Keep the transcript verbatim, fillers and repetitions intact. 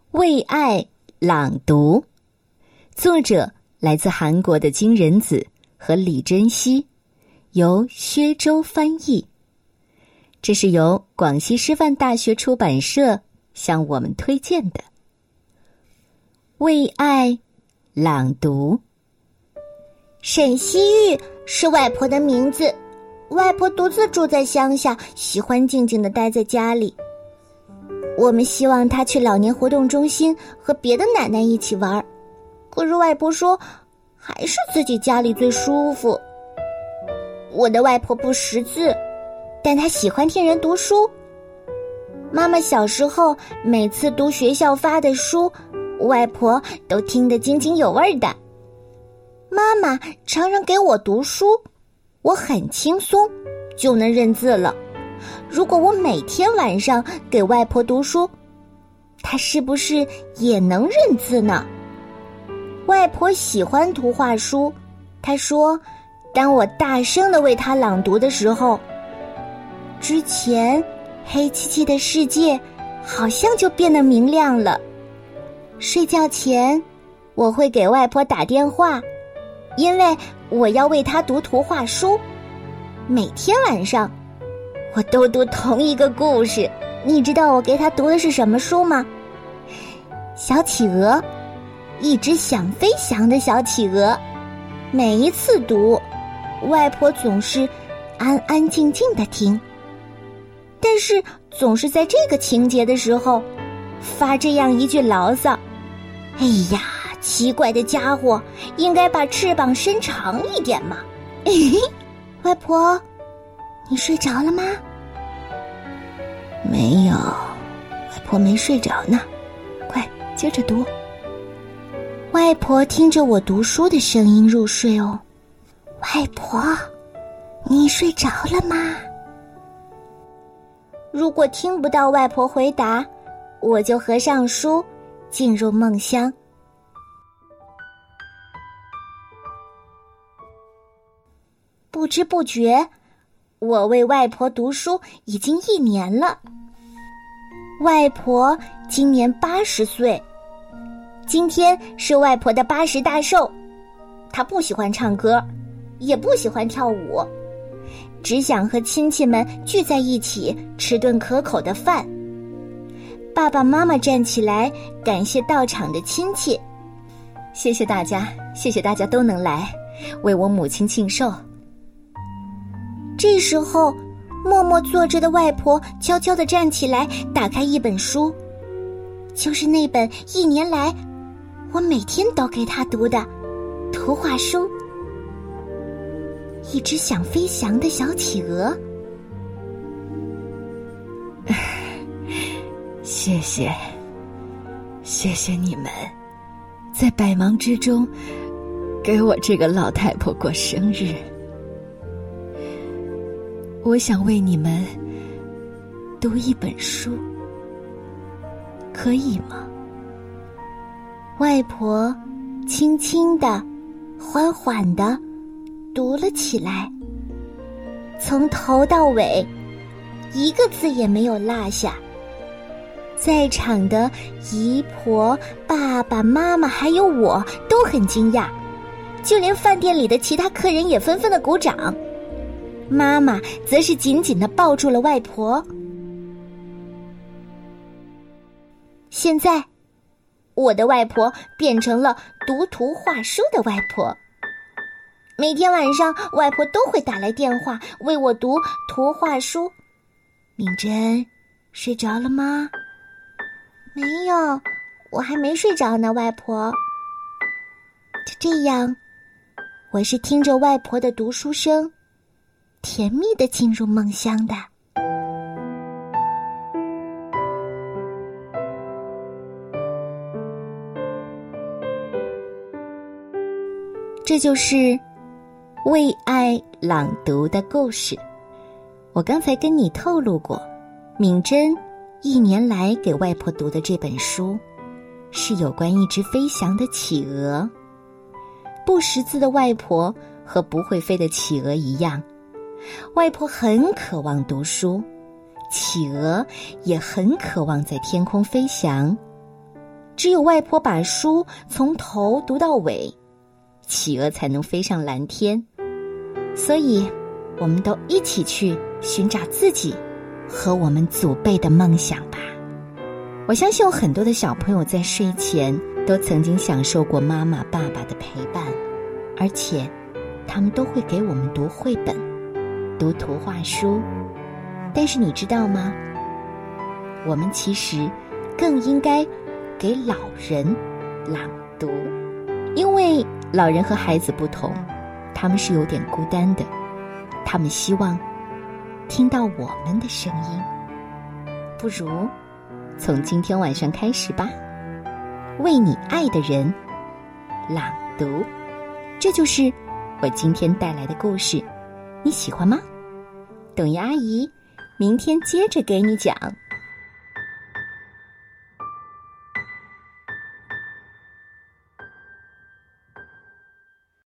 为爱朗读，作者来自韩国的金仁子和李珍熙，由薛周翻译。这是由广西师范大学出版社向我们推荐的。为爱朗读。 沈西玉是外婆的名字，外婆独自住在乡下，喜欢静静地待在家里。我们希望她去老年活动中心和别的奶奶一起玩，可是外婆说还是自己家里最舒服。我的外婆不识字，但她喜欢听人读书。妈妈小时候每次读学校发的书，外婆都听得津津有味的。妈妈常常给我读书，我很轻松就能认字了。如果我每天晚上给外婆读书，她是不是也能认字呢？外婆喜欢图画书，她说当我大声地为她朗读的时候，之前黑漆漆的世界好像就变得明亮了。睡觉前我会给外婆打电话，因为我要为她读图画书。每天晚上我都读同一个故事。你知道我给她读的是什么书吗？小企鹅，一只想飞翔的小企鹅。每一次读，外婆总是安安静静地听，但是总是在这个情节的时候发这样一句牢骚：哎呀，奇怪的家伙，应该把翅膀伸长一点嘛。外婆，你睡着了吗？ 没有，外婆没睡着呢，快接着读。 外婆听着我读书的声音入睡哦。外婆，你睡着了吗？如果听不到外婆回答，我就合上书，进入梦乡。不知不觉，我为外婆读书已经一年了。外婆今年八十岁，今天是外婆的八十大寿。她不喜欢唱歌，也不喜欢跳舞，只想和亲戚们聚在一起吃顿可口的饭。爸爸妈妈站起来感谢到场的亲戚。 谢谢大家，谢谢大家都能来为我母亲庆寿。 这时候默默坐着的外婆悄悄地站起来，打开一本书，就是那本一年来我每天都给她读的图画书。一只想飞翔的小企鹅。 谢谢，谢谢你们，在百忙之中给我这个老太婆过生日。我想为你们读一本书，可以吗？ 外婆轻轻地、缓缓地读了起来，从头到尾一个字也没有落下。在场的姨婆、爸爸妈妈还有我都很惊讶，就连饭店里的其他客人也纷纷的鼓掌。妈妈则是紧紧地抱住了外婆。现在我的外婆变成了读图画书的外婆。每天晚上外婆都会打来电话为我读图画书。敏珍，睡着了吗？没有，我还没睡着呢，外婆。就这样，我是听着外婆的读书声甜蜜地进入梦乡的。这就是为爱朗读的故事。我刚才跟你透露过，敏珍一年来给外婆读的这本书是有关一只飞翔的企鹅。不识字的外婆和不会飞的企鹅一样，外婆很渴望读书，企鹅也很渴望在天空飞翔。 只有外婆把书从头读到尾，企鹅才能飞上蓝天。所以，我们都一起去寻找自己和我们祖辈的梦想吧。我相信有很多的小朋友在睡前都曾经享受过妈妈、爸爸的陪伴，而且他们都会给我们读绘本、读图画书。但是你知道吗？我们其实更应该给老人朗读，因为老人和孩子不同，他们是有点孤单的，他们希望听到我们的声音。不如从今天晚上开始吧，为你爱的人朗读。这就是我今天带来的故事，你喜欢吗？董一阿姨明天接着给你讲。